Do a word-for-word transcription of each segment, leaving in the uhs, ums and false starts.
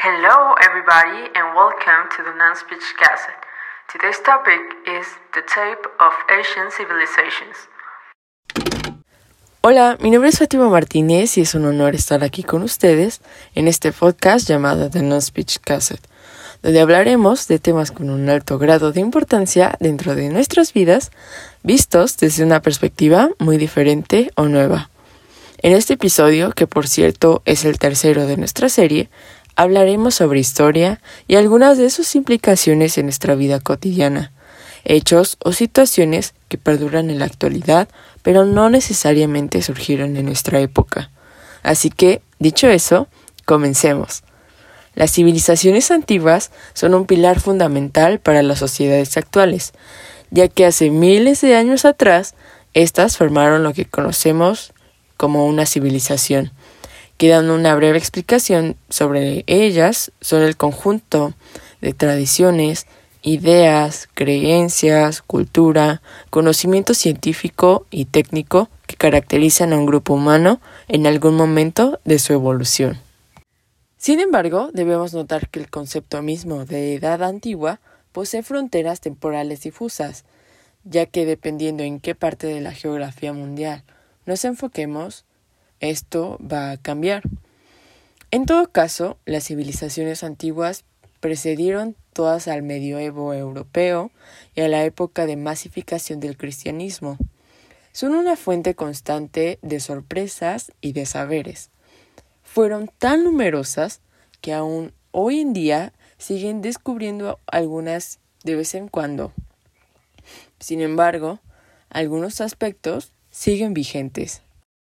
Hello everybody and welcome to the Non-Speech Cassette. Today's topic is the tape of Asian civilizations. Hola, mi nombre es Fátima Martínez y es un honor estar aquí con ustedes en este podcast llamado The Non-Speech Cassette, donde hablaremos de temas con un alto grado de importancia dentro de nuestras vidas, vistos desde una perspectiva muy diferente o nueva. En este episodio, que por cierto es el tercero de nuestra serie, hablaremos sobre historia y algunas de sus implicaciones en nuestra vida cotidiana, hechos o situaciones que perduran en la actualidad, pero no necesariamente surgieron en nuestra época. Así que, dicho eso, comencemos. Las civilizaciones antiguas son un pilar fundamental para las sociedades actuales, ya que hace miles de años atrás, estas formaron lo que conocemos como una civilización, que dando una breve explicación sobre ellas, son el conjunto de tradiciones, ideas, creencias, cultura, conocimiento científico y técnico que caracterizan a un grupo humano en algún momento de su evolución. Sin embargo, debemos notar que el concepto mismo de edad antigua posee fronteras temporales difusas, ya que dependiendo en qué parte de la geografía mundial nos enfoquemos, esto va a cambiar. En todo caso, las civilizaciones antiguas precedieron todas al medioevo europeo y a la época de masificación del cristianismo. Son una fuente constante de sorpresas y de saberes. Fueron tan numerosas que aún hoy en día siguen descubriendo algunas de vez en cuando. Sin embargo, algunos aspectos siguen vigentes.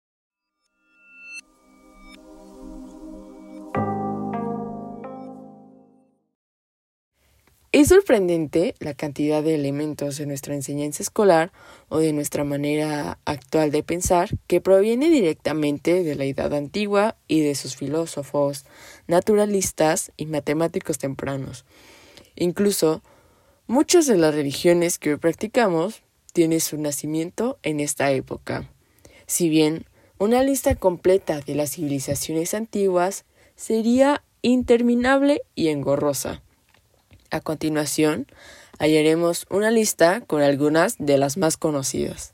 Es sorprendente la cantidad de elementos de nuestra enseñanza escolar o de nuestra manera actual de pensar que proviene directamente de la Edad Antigua y de sus filósofos, naturalistas y matemáticos tempranos. Incluso, muchas de las religiones que hoy practicamos tienen su nacimiento en esta época. Si bien una lista completa de las civilizaciones antiguas sería interminable y engorrosa. A continuación, hallaremos una lista con algunas de las más conocidas.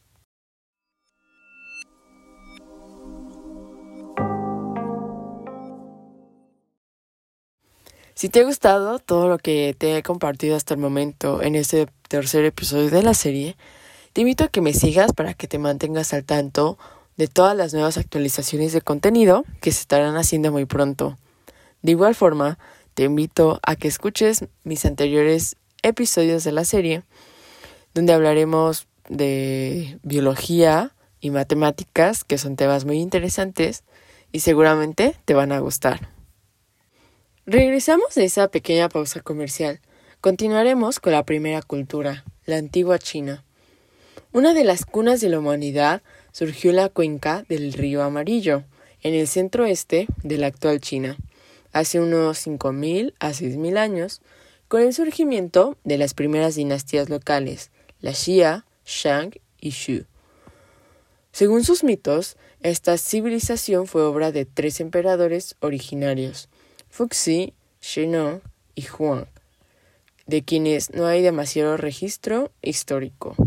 Si te ha gustado todo lo que te he compartido hasta el momento en este tercer episodio de la serie, te invito a que me sigas para que te mantengas al tanto de todas las nuevas actualizaciones de contenido que se estarán haciendo muy pronto. De igual forma, te invito a que escuches mis anteriores episodios de la serie, donde hablaremos de biología y matemáticas, que son temas muy interesantes y seguramente te van a gustar. Regresamos de esa pequeña pausa comercial. Continuaremos con la primera cultura, la antigua China. Una de las cunas de la humanidad surgió en la cuenca del río Amarillo, en el centro-este de la actual China, hace unos cinco mil a seis mil años, con el surgimiento de las primeras dinastías locales, la Xia, Shang y Xu. Según sus mitos, esta civilización fue obra de tres emperadores originarios, Fuxi, Shennong y Huang, de quienes no hay demasiado registro histórico.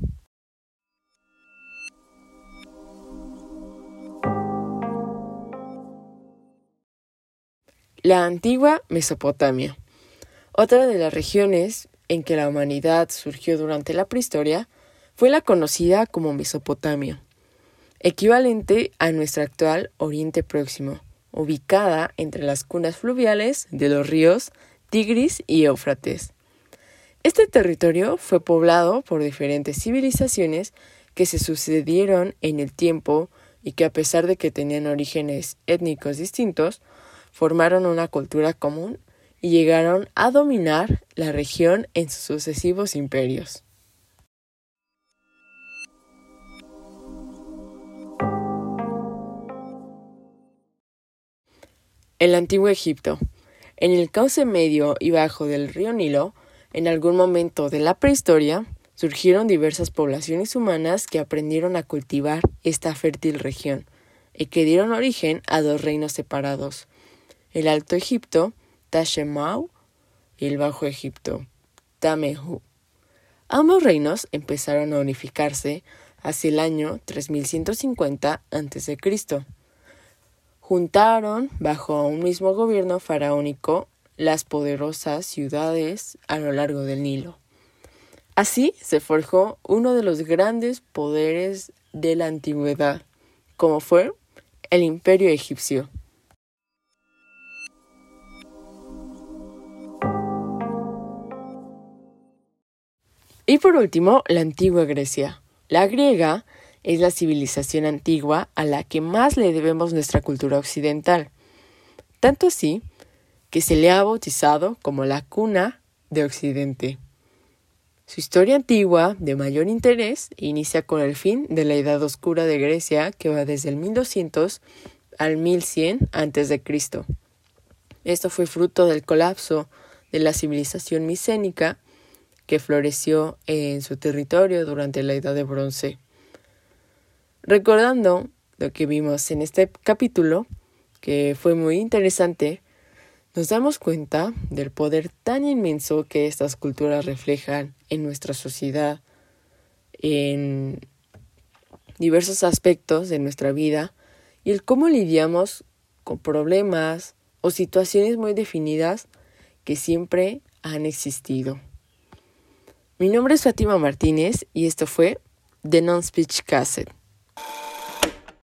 La antigua Mesopotamia. Otra de las regiones en que la humanidad surgió durante la prehistoria fue la conocida como Mesopotamia, equivalente a nuestro actual Oriente Próximo, ubicada entre las cunas fluviales de los ríos Tigris y Éufrates. Este territorio fue poblado por diferentes civilizaciones que se sucedieron en el tiempo y que, a pesar de que tenían orígenes étnicos distintos, formaron una cultura común y llegaron a dominar la región en sus sucesivos imperios. El antiguo Egipto. En el cauce medio y bajo del río Nilo, en algún momento de la prehistoria, surgieron diversas poblaciones humanas que aprendieron a cultivar esta fértil región y que dieron origen a dos reinos separados, el Alto Egipto Tashemau, y el Bajo Egipto, Tamehu. Ambos reinos empezaron a unificarse hacia el año tres mil ciento cincuenta antes de Cristo. Juntaron, bajo un mismo gobierno faraónico, las poderosas ciudades a lo largo del Nilo. Así se forjó uno de los grandes poderes de la antigüedad, como fue el Imperio Egipcio. Y por último, la antigua Grecia. La griega es la civilización antigua a la que más le debemos nuestra cultura occidental. Tanto así que se le ha bautizado como la cuna de Occidente. Su historia antigua, de mayor interés, inicia con el fin de la Edad Oscura de Grecia, que va desde el mil doscientos al mil cien antes de Cristo. Esto fue fruto del colapso de la civilización micénica que floreció en su territorio durante la Edad de Bronce. Recordando lo que vimos en este capítulo, que fue muy interesante, nos damos cuenta del poder tan inmenso que estas culturas reflejan en nuestra sociedad, en diversos aspectos de nuestra vida, y el cómo lidiamos con problemas o situaciones muy definidas que siempre han existido. Mi nombre es Fátima Martínez y esto fue The Non-Speech Cassette.